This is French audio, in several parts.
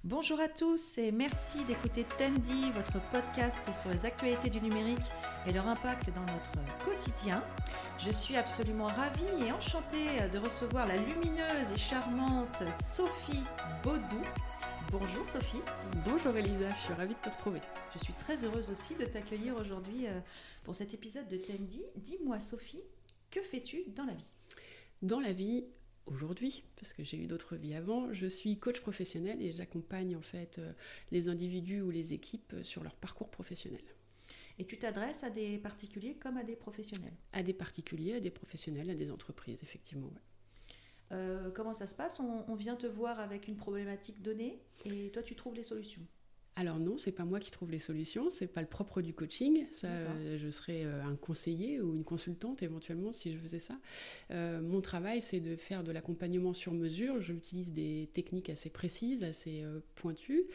Bonjour à tous et merci d'écouter Tendy, votre podcast sur les actualités du numérique et leur impact dans notre quotidien. Je suis absolument ravie et enchantée de recevoir la lumineuse et charmante Sophie Baudou. Bonjour Sophie. Bonjour Elisa, je suis ravie de te retrouver. Je suis très heureuse aussi de t'accueillir aujourd'hui pour cet épisode de Tendy. Dis-moi Sophie, que fais-tu dans la vie ? Dans la vie, aujourd'hui, parce que j'ai eu d'autres vies avant, je suis coach professionnel et j'accompagne en fait les individus ou les équipes sur leur parcours professionnel. Et tu t'adresses à des particuliers comme à des professionnels ? À des particuliers, à des professionnels, à des entreprises, effectivement. Ouais. Comment ça se passe ? On vient te voir avec une problématique donnée et toi tu trouves les solutions ? Alors non, c'est pas moi qui trouve les solutions, c'est pas le propre du coaching. Ça, je serais un conseiller ou une consultante éventuellement si je faisais ça. Mon travail, c'est de faire de l'accompagnement sur mesure. J'utilise des techniques assez précises, assez pointues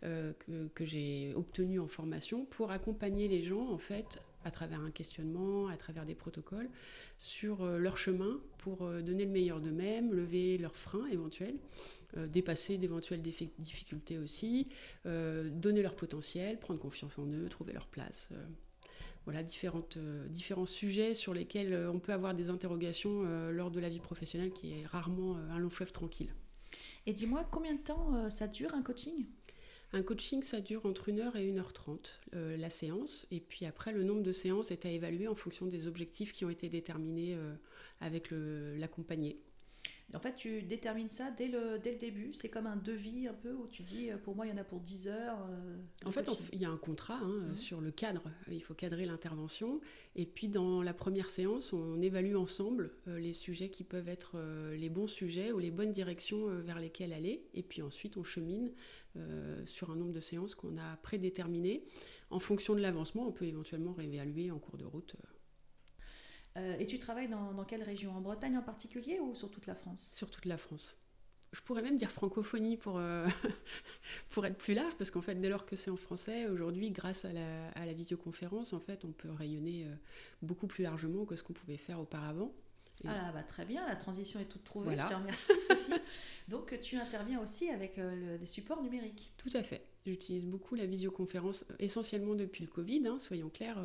que j'ai obtenues en formation pour accompagner les gens en fait à travers un questionnement, à travers des protocoles, sur leur chemin pour donner le meilleur d'eux-mêmes, lever leurs freins éventuels, dépasser d'éventuelles difficultés aussi, donner leur potentiel, prendre confiance en eux, trouver leur place. Voilà, différents sujets sur lesquels on peut avoir des interrogations lors de la vie professionnelle qui est rarement un long fleuve tranquille. Et dis-moi, combien de temps ça dure un coaching ? Un coaching, ça dure entre 1h et 1h30, la séance. Et puis après, le nombre de séances est à évaluer en fonction des objectifs qui ont été déterminés avec l'accompagné. En fait, tu détermines ça dès le début. C'est comme un devis un peu où tu dis, pour moi, il y en a pour 10 heures. En fait, il y a un contrat sur le cadre. Il faut cadrer l'intervention. Et puis, dans la première séance, on évalue ensemble les sujets qui peuvent être les bons sujets ou les bonnes directions vers lesquelles aller. Et puis ensuite, on chemine sur un nombre de séances qu'on a prédéterminé. En fonction de l'avancement, on peut éventuellement réévaluer en cours de route. Et tu travailles dans quelle région ? En Bretagne en particulier ou sur toute la France ? Sur toute la France. Je pourrais même dire francophonie pour être plus large, parce qu'en fait, dès lors que c'est en français, aujourd'hui, grâce à la visioconférence, en fait, on peut rayonner beaucoup plus largement que ce qu'on pouvait faire auparavant. Très bien, la transition est toute trouvée, voilà. Je te remercie Sophie. Donc tu interviens aussi avec des supports numériques. Tout à fait. J'utilise beaucoup la visioconférence, essentiellement depuis le Covid, soyons clairs.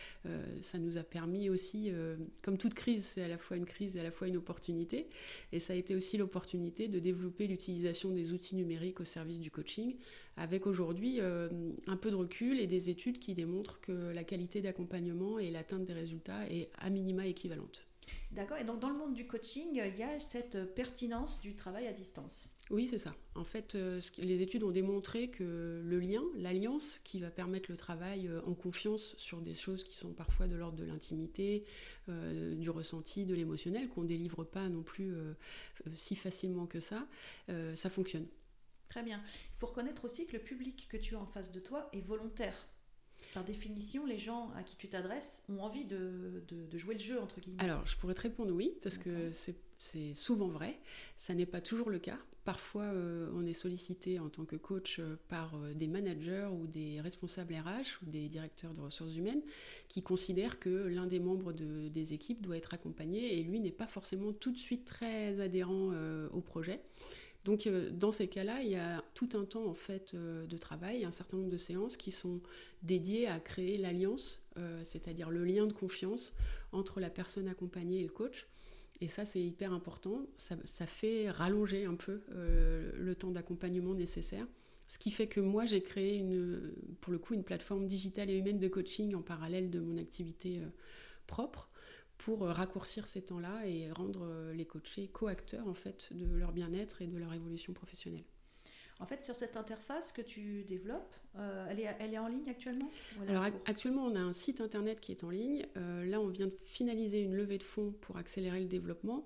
Ça nous a permis aussi, comme toute crise, c'est à la fois une crise et à la fois une opportunité. Et ça a été aussi l'opportunité de développer l'utilisation des outils numériques au service du coaching, avec aujourd'hui un peu de recul et des études qui démontrent que la qualité d'accompagnement et l'atteinte des résultats est à minima équivalente. D'accord, et donc dans le monde du coaching, il y a cette pertinence du travail à distance. Oui, c'est ça. En fait, les études ont démontré que le lien, l'alliance qui va permettre le travail en confiance sur des choses qui sont parfois de l'ordre de l'intimité, du ressenti, de l'émotionnel, qu'on ne délivre pas non plus si facilement que ça fonctionne. Très bien. Il faut reconnaître aussi que le public que tu as en face de toi est volontaire. Par définition, les gens à qui tu t'adresses ont envie de jouer le jeu, entre guillemets. Alors, je pourrais te répondre oui, parce que c'est souvent vrai. Ça n'est pas toujours le cas. Parfois, on est sollicité en tant que coach par des managers ou des responsables RH ou des directeurs de ressources humaines qui considèrent que l'un des membres des équipes doit être accompagné et lui n'est pas forcément tout de suite très adhérent au projet. Donc dans ces cas-là, il y a tout un temps en fait de travail, un certain nombre de séances qui sont dédiées à créer l'alliance, c'est-à-dire le lien de confiance entre la personne accompagnée et le coach. Et ça, c'est hyper important. Ça fait rallonger un peu le temps d'accompagnement nécessaire. Ce qui fait que moi, j'ai créé pour le coup une plateforme digitale et humaine de coaching en parallèle de mon activité propre, pour raccourcir ces temps-là et rendre les coachés co-acteurs en fait, de leur bien-être et de leur évolution professionnelle. En fait, sur cette interface que tu développes, elle est en ligne actuellement ? Alors actuellement, on a un site internet qui est en ligne. Là, on vient de finaliser une levée de fonds pour accélérer le développement,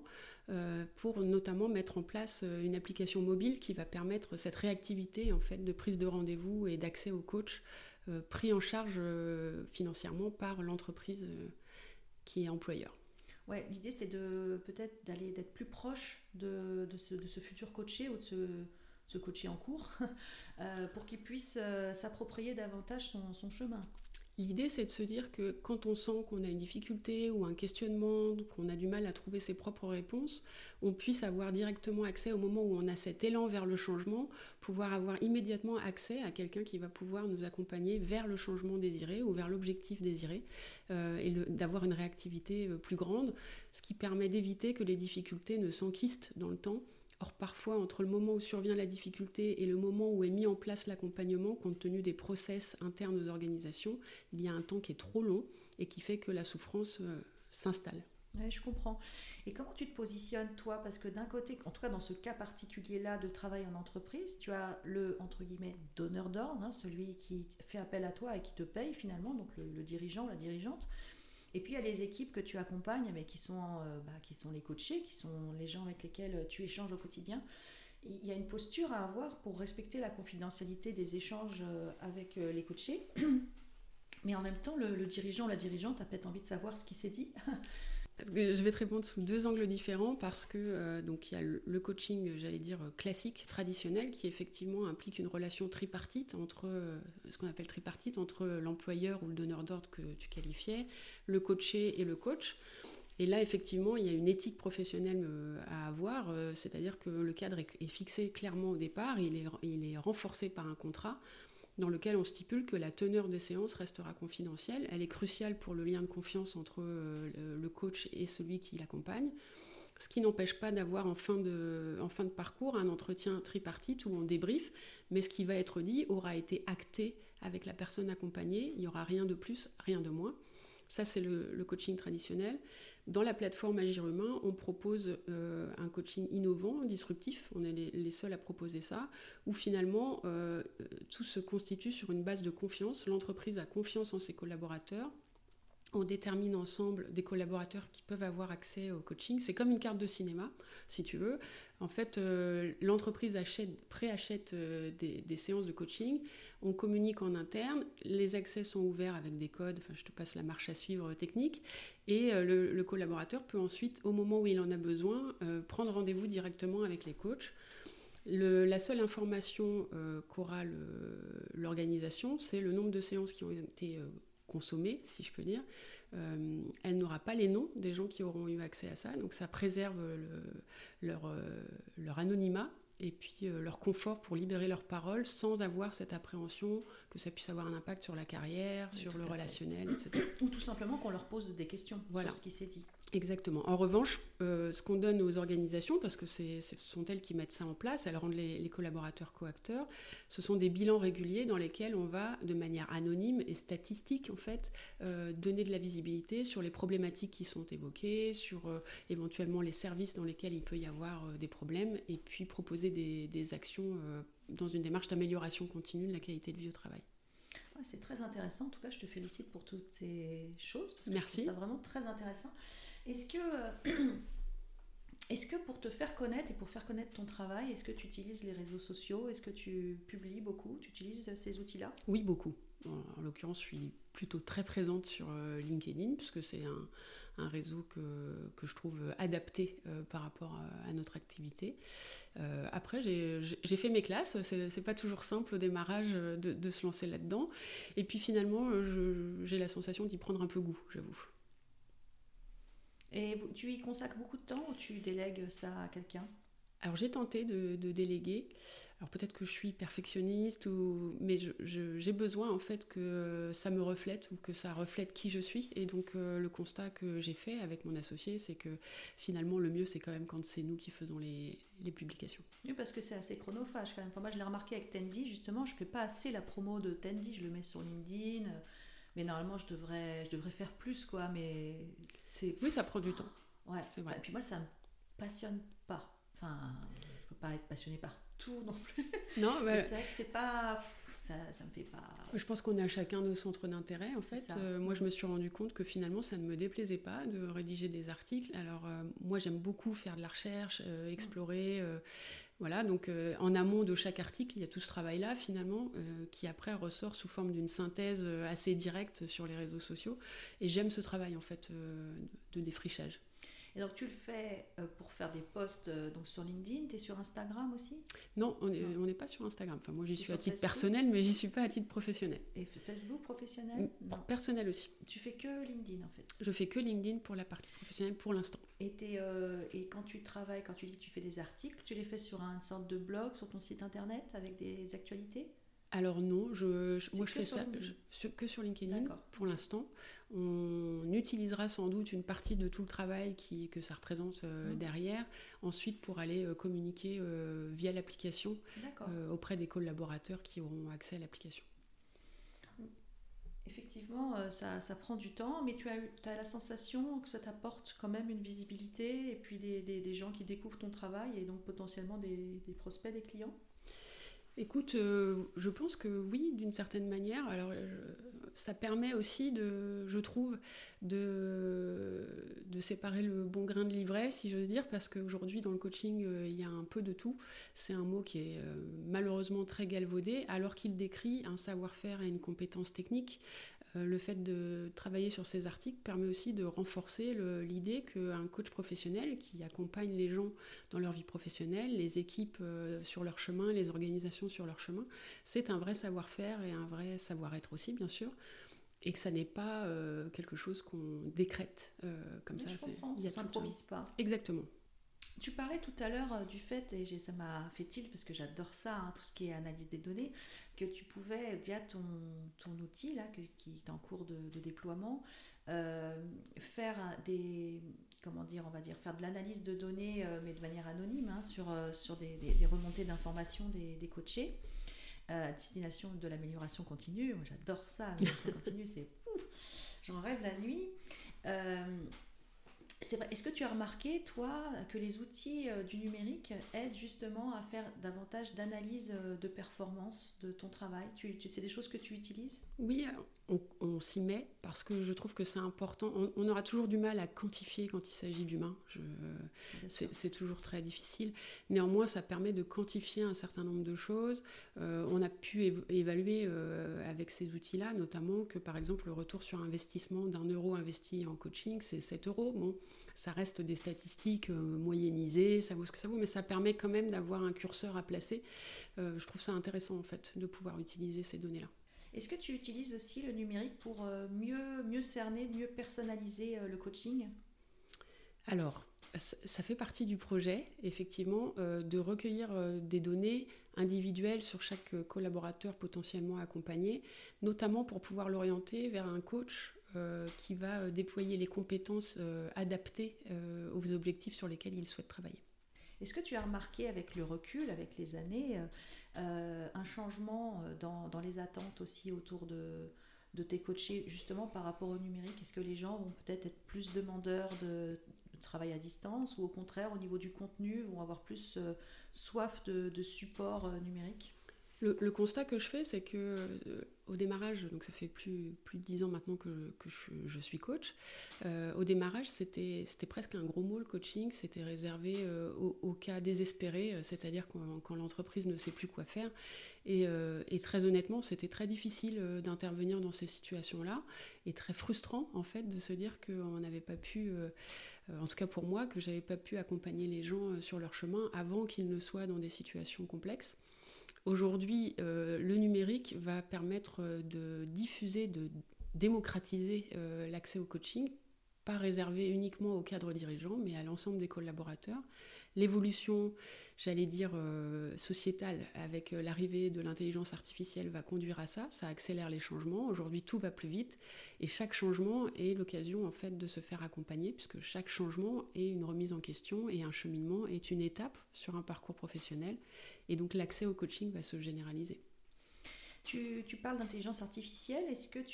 pour notamment mettre en place une application mobile qui va permettre cette réactivité en fait, de prise de rendez-vous et d'accès au coach pris en charge financièrement par l'entreprise qui est employeur. Ouais, l'idée c'est peut-être d'être plus proche de ce futur coaché ou de ce coaché en cours pour qu'il puisse s'approprier davantage son chemin. L'idée, c'est de se dire que quand on sent qu'on a une difficulté ou un questionnement, qu'on a du mal à trouver ses propres réponses, on puisse avoir directement accès au moment où on a cet élan vers le changement, pouvoir avoir immédiatement accès à quelqu'un qui va pouvoir nous accompagner vers le changement désiré ou vers l'objectif désiré d'avoir une réactivité plus grande, ce qui permet d'éviter que les difficultés ne s'enquistent dans le temps. Or, parfois, entre le moment où survient la difficulté et le moment où est mis en place l'accompagnement, compte tenu des process internes aux organisations, il y a un temps qui est trop long et qui fait que la souffrance s'installe. Oui, je comprends. Et comment tu te positionnes, toi? Parce que d'un côté, en tout cas dans ce cas particulier-là de travail en entreprise, tu as le, entre guillemets, donneur d'ordre, celui qui fait appel à toi et qui te paye finalement, donc le dirigeant, la dirigeante. Et puis il y a les équipes que tu accompagnes, mais qui sont les coachés, qui sont les gens avec lesquels tu échanges au quotidien. Il y a une posture à avoir pour respecter la confidentialité des échanges avec les coachés. Mais en même temps, le dirigeant ou la dirigeante a peut-être envie de savoir ce qui s'est dit. Je vais te répondre sous 2 angles différents parce que donc il y a le coaching, j'allais dire classique, traditionnel, qui effectivement implique une relation tripartite entre ce qu'on appelle tripartite entre l'employeur ou le donneur d'ordre que tu qualifiais, le coaché et le coach. Et là, effectivement, il y a une éthique professionnelle à avoir, c'est-à-dire que le cadre est fixé clairement au départ, il est renforcé par un contrat dans lequel on stipule que la teneur des séances restera confidentielle. Elle est cruciale pour le lien de confiance entre le coach et celui qui l'accompagne, ce qui n'empêche pas d'avoir en fin de parcours un entretien tripartite où on débriefe, mais ce qui va être dit aura été acté avec la personne accompagnée, il n'y aura rien de plus, rien de moins. Ça, c'est le coaching traditionnel. Dans la plateforme Agir Humain, on propose un coaching innovant, disruptif. On est les seuls à proposer ça, où finalement, tout se constitue sur une base de confiance. L'entreprise a confiance en ses collaborateurs. On détermine ensemble des collaborateurs qui peuvent avoir accès au coaching. C'est comme une carte de cinéma, si tu veux. En fait, l'entreprise préachète des séances de coaching. On communique en interne. Les accès sont ouverts avec des codes. Enfin, je te passe la marche à suivre technique. Et le collaborateur peut ensuite, au moment où il en a besoin, prendre rendez-vous directement avec les coachs. La seule information qu'aura l'organisation, c'est le nombre de séances qui ont été consommées, si je peux dire. Elle n'aura pas les noms des gens qui auront eu accès à ça, donc ça préserve leur anonymat et puis leur confort pour libérer leur parole sans avoir cette appréhension que ça puisse avoir un impact sur la carrière, oui, sur le relationnel, etc. Ou tout simplement qu'on leur pose des questions sur ce qui s'est dit. Exactement. En revanche, ce qu'on donne aux organisations, parce que ce sont elles qui mettent ça en place, elles rendent les collaborateurs co-acteurs, ce sont des bilans réguliers dans lesquels on va, de manière anonyme et statistique, en fait, donner de la visibilité sur les problématiques qui sont évoquées, sur éventuellement les services dans lesquels il peut y avoir des problèmes, et puis proposer des actions dans une démarche d'amélioration continue de la qualité de vie au travail. Ouais, c'est très intéressant. En tout cas, je te félicite pour toutes ces choses, parce que Merci. je trouve ça vraiment très intéressant. Est-ce que pour te faire connaître et pour faire connaître ton travail, est-ce que tu utilises les réseaux sociaux? Est-ce que tu publies beaucoup? Tu utilises ces outils-là? Oui, beaucoup. En l'occurrence, je suis plutôt très présente sur LinkedIn, puisque c'est un réseau que je trouve adapté par rapport à notre activité. Après, j'ai fait mes classes. C'est pas toujours simple au démarrage de se lancer là-dedans. Et puis finalement, j'ai la sensation d'y prendre un peu goût, j'avoue. Et tu y consacres beaucoup de temps ou tu délègues ça à quelqu'un? Alors j'ai tenté de déléguer. Alors peut-être que je suis perfectionniste, mais j'ai besoin en fait que ça me reflète ou que ça reflète qui je suis. Et donc le constat que j'ai fait avec mon associé, c'est que finalement le mieux c'est quand même quand c'est nous qui faisons les publications. Oui, parce que c'est assez chronophage quand même. Enfin, moi je l'ai remarqué avec Tendy, justement, je ne fais pas assez la promo de Tendy, je le mets sur LinkedIn. Mais normalement, je devrais faire plus, quoi. Mais c'est... Oui, ça prend du temps. Ouais, c'est vrai. Et puis moi, ça me passionne pas. Enfin, je peux pas être passionnée par tout non plus. Non, mais c'est vrai que c'est pas... Ça me fait pas... Je pense qu'on a chacun nos centres d'intérêt, en fait. Moi, je me suis rendu compte que finalement, ça ne me déplaisait pas de rédiger des articles. Alors, moi, j'aime beaucoup faire de la recherche, explorer... Voilà, donc en amont de chaque article, il y a tout ce travail-là, finalement, qui après ressort sous forme d'une synthèse assez directe sur les réseaux sociaux. Et j'aime ce travail, en fait, de défrichage. Et donc tu le fais pour faire des posts donc sur LinkedIn, tu es sur Instagram aussi? Non, on n'est pas sur Instagram. Enfin, moi, j'y suis à titre Facebook personnel, mais j'y suis pas à titre professionnel. Et Facebook professionnel? Non. Personnel aussi. Tu fais que LinkedIn en fait? Je fais que LinkedIn pour la partie professionnelle pour l'instant. Et quand tu travailles, quand tu dis que tu fais des articles, tu les fais sur une sorte de blog, sur ton site internet avec des actualités? Alors non, moi je fais ça que sur LinkedIn. D'accord. Pour l'instant. On utilisera sans doute une partie de tout le travail que ça représente derrière, ensuite pour aller communiquer via l'application auprès des collaborateurs qui auront accès à l'application. Effectivement, ça prend du temps, mais tu as la sensation que ça t'apporte quand même une visibilité et puis des gens qui découvrent ton travail et donc potentiellement des prospects, des clients? Écoute, je pense que oui, d'une certaine manière. Alors, ça permet aussi, je trouve, de séparer le bon grain de l'ivraie, si j'ose dire, parce qu'aujourd'hui, dans le coaching, il y a un peu de tout. C'est un mot qui est malheureusement très galvaudé, alors qu'il décrit un savoir-faire et une compétence technique. Le fait de travailler sur ces articles permet aussi de renforcer l'idée qu'un coach professionnel qui accompagne les gens dans leur vie professionnelle, les équipes sur leur chemin, les organisations sur leur chemin, c'est un vrai savoir-faire et un vrai savoir-être aussi, bien sûr, et que ça n'est pas quelque chose qu'on décrète comme ça. Je comprends, ça ne s'improvise pas. Exactement. Tu parlais tout à l'heure du fait, et ça m'a fait tilt parce que j'adore ça, tout ce qui est analyse des données, que tu pouvais, via ton outil là, qui est en cours de déploiement, faire faire de l'analyse de données, mais de manière anonyme, sur des remontées d'informations des coachés, à destination de l'amélioration continue. Moi j'adore ça, l'amélioration continue, j'en rêve la nuit. C'est vrai. Est-ce que tu as remarqué, toi, que les outils du numérique aident justement à faire davantage d'analyse de performance de ton travail? C'est des choses que tu utilises? Oui, on s'y met parce que je trouve que c'est important. On aura toujours du mal à quantifier quand il s'agit d'humains. C'est toujours très difficile. Néanmoins, ça permet de quantifier un certain nombre de choses. On a pu évaluer avec ces outils-là, notamment que par exemple le retour sur investissement d'€1 investi en coaching, c'est 7 €. Bon, ça reste des statistiques moyennisées, ça vaut ce que ça vaut, mais ça permet quand même d'avoir un curseur à placer. Je trouve ça intéressant en fait de pouvoir utiliser ces données-là. Est-ce que tu utilises aussi le numérique pour mieux cerner, mieux personnaliser le coaching? Alors, ça fait partie du projet, effectivement, de recueillir des données individuelles sur chaque collaborateur potentiellement accompagné, notamment pour pouvoir l'orienter vers un coach qui va déployer les compétences adaptées aux objectifs sur lesquels il souhaite travailler. Est-ce que tu as remarqué avec le recul, avec les années, un changement dans les attentes aussi autour de tes coachés, justement par rapport au numérique? Est-ce que les gens vont peut-être être plus demandeurs de travail à distance, ou au contraire, au niveau du contenu, vont avoir plus soif de support numérique? Le constat que je fais, c'est que au démarrage, donc ça fait plus de 10 ans maintenant que je suis coach, au démarrage c'était presque un gros mot le coaching, c'était réservé aux cas désespérés, c'est-à-dire quand l'entreprise ne sait plus quoi faire, et très honnêtement c'était très difficile d'intervenir dans ces situations-là, et très frustrant en fait de se dire qu'on n'avait pas pu, en tout cas pour moi, que j'avais pas pu accompagner les gens sur leur chemin avant qu'ils ne soient dans des situations complexes. Aujourd'hui, le numérique va permettre de diffuser, de démocratiser l'accès au coaching, pas réservé uniquement aux cadres dirigeants, mais à l'ensemble des collaborateurs. L'évolution, j'allais dire, sociétale, avec l'arrivée de l'intelligence artificielle va conduire à ça. Ça accélère les changements. Aujourd'hui, tout va plus vite. Et chaque changement est l'occasion, en fait, de se faire accompagner, puisque chaque changement est une remise en question et un cheminement est une étape sur un parcours professionnel. Et donc, l'accès au coaching va se généraliser. Tu parles d'intelligence artificielle. Est-ce que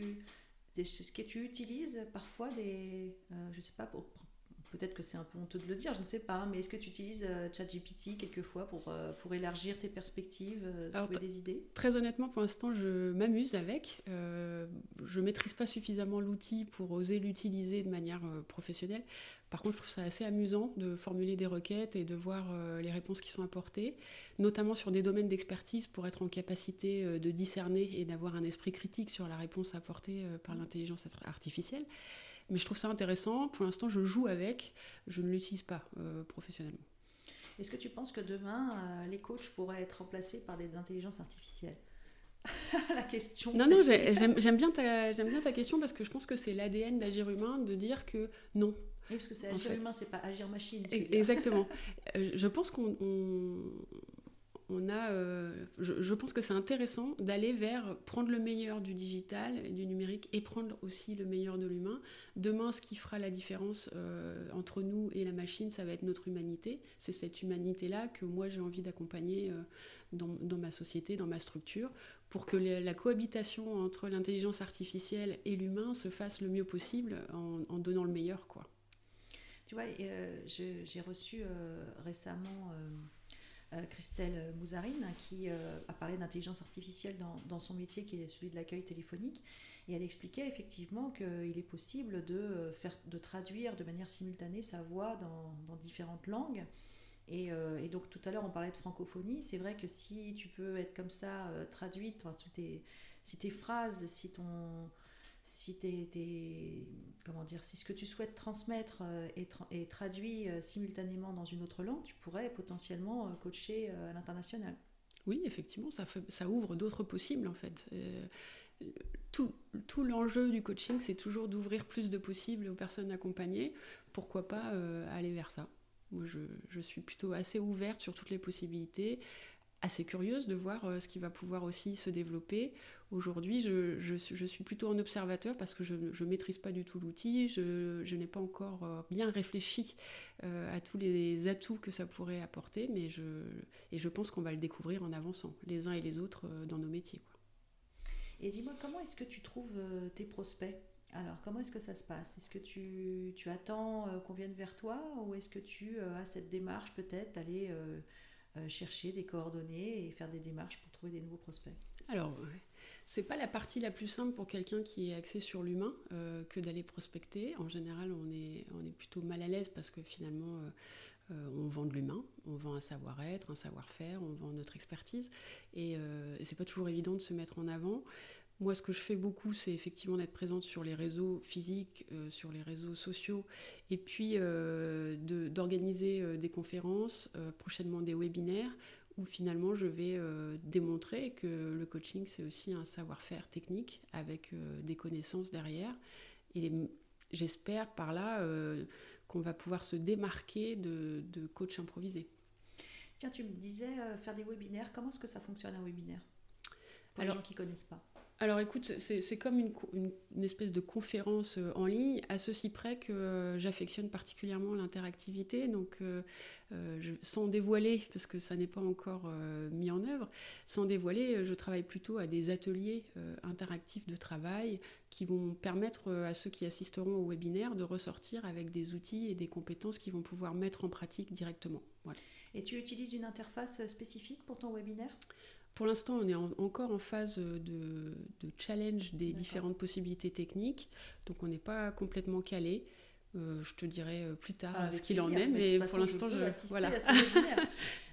tu utilises parfois je ne sais pas, peut-être que c'est un peu honteux de le dire, je ne sais pas, mais est-ce que tu utilises ChatGPT quelquefois pour élargir tes perspectives, trouver des idées? Très honnêtement, pour l'instant, je m'amuse avec. Je ne maîtrise pas suffisamment l'outil pour oser l'utiliser de manière professionnelle. Par contre, je trouve ça assez amusant de formuler des requêtes et de voir les réponses qui sont apportées, notamment sur des domaines d'expertise pour être en capacité de discerner et d'avoir un esprit critique sur la réponse apportée par l'intelligence artificielle. mais je trouve ça intéressant. Pour l'instant, je joue avec, je ne l'utilise pas professionnellement. Est-ce que tu penses que demain, les coachs pourraient être remplacés par des intelligences artificielles? La question. Non, non, j'aime bien ta question parce que je pense que c'est l'ADN d'Agir Humain de dire que non. Oui, parce que c'est agir humain, c'est pas agir machine. Exactement. Je pense je pense que c'est intéressant d'aller vers prendre le meilleur du digital et du numérique et prendre aussi le meilleur de l'humain. Demain, ce qui fera la différence entre nous et la machine, ça va être notre humanité. C'est cette humanité-là que moi j'ai envie d'accompagner dans ma société, dans ma structure, pour que la cohabitation entre l'intelligence artificielle et l'humain se fasse le mieux possible en donnant le meilleur, quoi. Tu vois, j'ai reçu récemment Christelle Mouzarine qui a parlé d'intelligence artificielle dans son métier qui est celui de l'accueil téléphonique, et elle expliquait effectivement qu'il est possible de traduire de manière simultanée sa voix dans différentes langues. Et donc tout à l'heure on parlait de francophonie, c'est vrai que si tu peux être comme ça traduite, enfin, si tes phrases, si ce que tu souhaites transmettre est traduit simultanément dans une autre langue, tu pourrais potentiellement coacher à l'international. Oui, effectivement, ça ouvre d'autres possibles en fait. Tout l'enjeu du coaching, c'est toujours d'ouvrir plus de possibles aux personnes accompagnées. Pourquoi pas aller vers ça? Moi, je suis plutôt assez ouverte sur toutes les possibilités, assez curieuse de voir ce qui va pouvoir aussi se développer. Aujourd'hui, je suis plutôt en observateur parce que je ne maîtrise pas du tout l'outil, je n'ai pas encore bien réfléchi à tous les atouts que ça pourrait apporter, mais je pense qu'on va le découvrir en avançant, les uns et les autres, dans nos métiers, quoi. Et dis-moi, comment est-ce que tu trouves tes prospects? Alors, comment est-ce que ça se passe? Est-ce que tu attends qu'on vienne vers toi, ou est-ce que tu as cette démarche peut-être d'aller chercher des coordonnées et faire des démarches pour trouver des nouveaux prospects? Alors, c'est pas la partie la plus simple pour quelqu'un qui est axé sur l'humain que d'aller prospecter. En général, on est plutôt mal à l'aise parce que finalement, on vend de l'humain, on vend un savoir-être, un savoir-faire, on vend notre expertise. Et c'est pas toujours évident de se mettre en avant. Moi, ce que je fais beaucoup, c'est effectivement d'être présente sur les réseaux physiques, sur les réseaux sociaux, et puis d'organiser des conférences, prochainement des webinaires, où finalement je vais démontrer que le coaching, c'est aussi un savoir-faire technique, avec des connaissances derrière. Et j'espère par là qu'on va pouvoir se démarquer de coach improvisé. Tiens, tu me disais faire des webinaires. Comment est-ce que ça fonctionne un webinaire pour les gens qui ne connaissent pas? Alors écoute, c'est comme une espèce de conférence en ligne, à ceci près que j'affectionne particulièrement l'interactivité, donc sans dévoiler, parce que ça n'est pas encore mis en œuvre, sans dévoiler, je travaille plutôt à des ateliers interactifs de travail qui vont permettre à ceux qui assisteront au webinaire de ressortir avec des outils et des compétences qu'ils vont pouvoir mettre en pratique directement. Voilà. Et tu utilises une interface spécifique pour ton webinaire ? Pour l'instant, on est encore en phase de challenge des différentes possibilités techniques, donc on n'est pas complètement calé. Je te dirai plus tard ce qu'il en est, mais pour l'instant, voilà. À ce webinaire.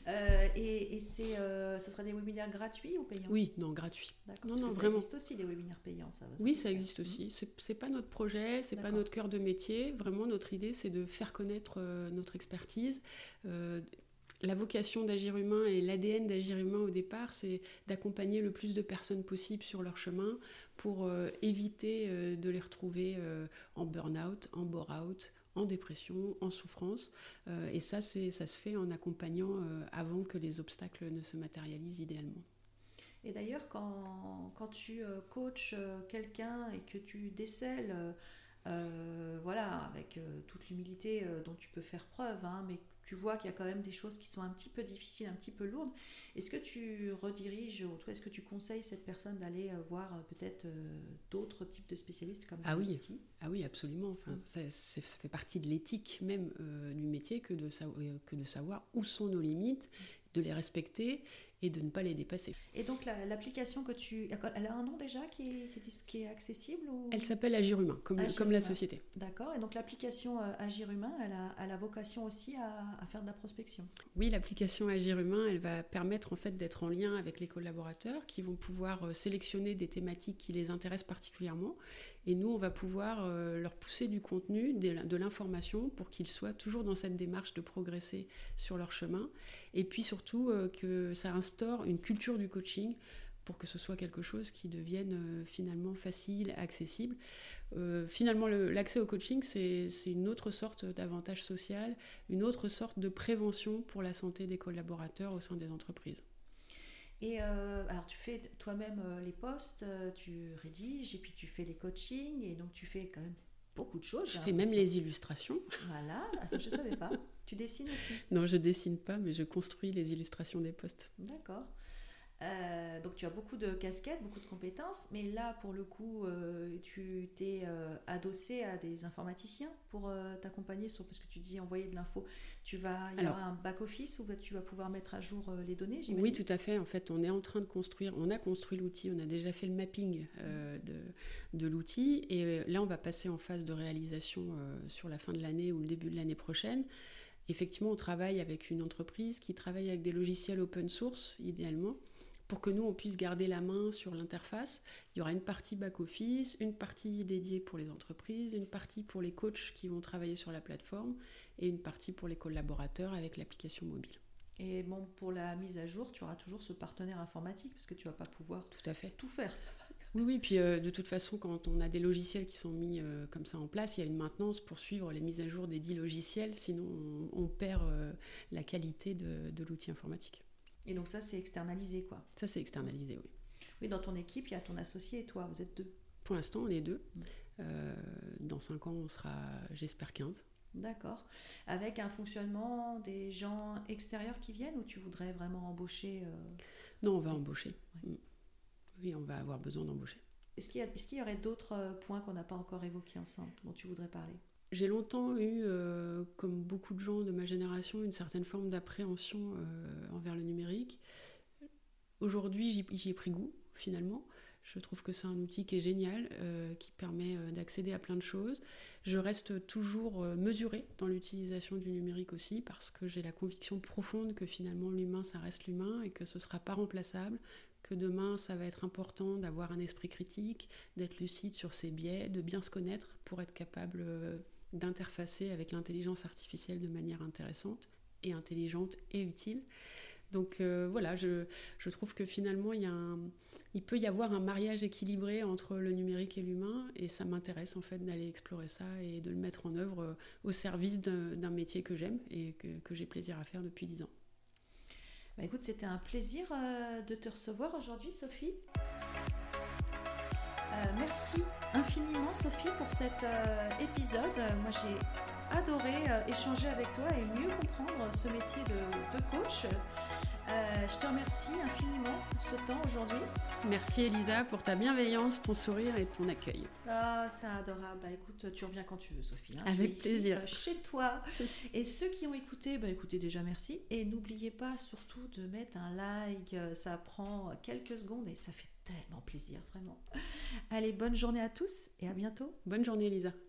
Et ça sera des webinaires gratuits ou payants ? Oui, non, gratuits. D'accord. Non, vraiment. Ça existe aussi des webinaires payants, ça. Oui, ça existe aussi. C'est pas notre projet, c'est pas notre cœur de métier. Vraiment, notre idée, c'est de faire connaître notre expertise. La vocation d'Agir Humain et l'ADN d'Agir Humain au départ, c'est d'accompagner le plus de personnes possible sur leur chemin pour éviter de les retrouver en burn-out, en bore-out, en dépression, en souffrance. Et ça se fait en accompagnant avant que les obstacles ne se matérialisent idéalement. Et d'ailleurs, quand tu coaches quelqu'un et que tu décèles, avec toute l'humilité dont tu peux faire preuve, mais tu vois qu'il y a quand même des choses qui sont un petit peu difficiles, un petit peu lourdes, est-ce que tu rediriges, ou est-ce que tu conseilles cette personne d'aller voir peut-être d'autres types de spécialistes comme ici ? Ah oui, absolument. Enfin, ça fait partie de l'éthique même du métier que de savoir où sont nos limites, de les respecter et de ne pas les dépasser. Et donc l'application elle a un nom déjà qui est accessible ou... Elle s'appelle Agir Humain, comme la société. D'accord, et donc l'application Agir Humain, elle a vocation aussi à faire de la prospection. Oui, l'application Agir Humain, elle va permettre en fait d'être en lien avec les collaborateurs qui vont pouvoir sélectionner des thématiques qui les intéressent particulièrement. Et nous, on va pouvoir leur pousser du contenu, de l'information pour qu'ils soient toujours dans cette démarche de progresser sur leur chemin. Et puis surtout que ça instaure une culture du coaching pour que ce soit quelque chose qui devienne finalement facile, accessible. Finalement, l'accès au coaching, c'est une autre sorte d'avantage social, une autre sorte de prévention pour la santé des collaborateurs au sein des entreprises. Et alors tu fais toi-même les posts, tu rédiges et puis tu fais les coachings et donc tu fais quand même beaucoup de choses. Je fais même les illustrations. Voilà, ça je ne savais pas. Tu dessines aussi? Non, je dessine pas, mais je construis les illustrations des posts. D'accord. Donc tu as beaucoup de casquettes, beaucoup de compétences, mais là pour le coup tu t'es adossé à des informaticiens pour t'accompagner parce que tu dis envoyer de l'info. Il y aura un back-office où tu vas pouvoir mettre à jour les données, j'imagine? Oui, tout à fait. En fait, on est en train de construire, on a construit l'outil, on a déjà fait le mapping de l'outil et là on va passer en phase de réalisation sur la fin de l'année ou le début de l'année prochaine. Effectivement, on travaille avec une entreprise qui travaille avec des logiciels open source, idéalement, pour que nous, on puisse garder la main sur l'interface. Il y aura une partie back-office, une partie dédiée pour les entreprises, une partie pour les coachs qui vont travailler sur la plateforme et une partie pour les collaborateurs avec l'application mobile. Et bon, pour la mise à jour, tu auras toujours ce partenaire informatique parce que tu ne vas pas pouvoir tout à fait tout faire, ça va. Oui, puis de toute façon, quand on a des logiciels qui sont mis comme ça en place, il y a une maintenance pour suivre les mises à jour des 10 logiciels, sinon on perd la qualité de l'outil informatique. Et donc ça, c'est externalisé, quoi. Ça, c'est externalisé, oui. Oui, dans ton équipe, il y a ton associé et toi, vous êtes 2. Pour l'instant, on est 2. Dans 5 ans, on sera, j'espère, 15. D'accord. Avec un fonctionnement des gens extérieurs qui viennent ou tu voudrais vraiment embaucher Non, on va embaucher. Ouais. Oui, on va avoir besoin d'embaucher. Est-ce qu'il y aurait d'autres points qu'on n'a pas encore évoqués ensemble, dont tu voudrais parler ? J'ai longtemps eu, comme beaucoup de gens de ma génération, une certaine forme d'appréhension envers le numérique. Aujourd'hui, j'y ai pris goût, finalement. Je trouve que c'est un outil qui est génial, qui permet d'accéder à plein de choses. Je reste toujours mesurée dans l'utilisation du numérique aussi, parce que j'ai la conviction profonde que finalement l'humain, ça reste l'humain et que ce ne sera pas remplaçable, que demain, ça va être important d'avoir un esprit critique, d'être lucide sur ses biais, de bien se connaître pour être capable d'interfacer avec l'intelligence artificielle de manière intéressante et intelligente et utile. Donc voilà, je trouve que finalement, il peut y avoir un mariage équilibré entre le numérique et l'humain, et ça m'intéresse en fait d'aller explorer ça et de le mettre en œuvre au service d'un métier que j'aime et que j'ai plaisir à faire depuis 10 ans. Bah écoute, c'était un plaisir de te recevoir aujourd'hui, Sophie. Merci infiniment, Sophie, pour cet épisode. Moi, j'ai adoré échanger avec toi et mieux comprendre ce métier de coach. Je te remercie infiniment pour ce temps aujourd'hui. Merci Elisa pour ta bienveillance, ton sourire et ton accueil. Ah, c'est adorable. Bah écoute, tu reviens quand tu veux, Sophie. Hein. Avec plaisir. Chez toi. Et ceux qui ont écouté, bah écoutez déjà merci. Et n'oubliez pas surtout de mettre un like. Ça prend quelques secondes et ça fait tellement plaisir, vraiment. Allez, bonne journée à tous et à bientôt. Bonne journée Elisa.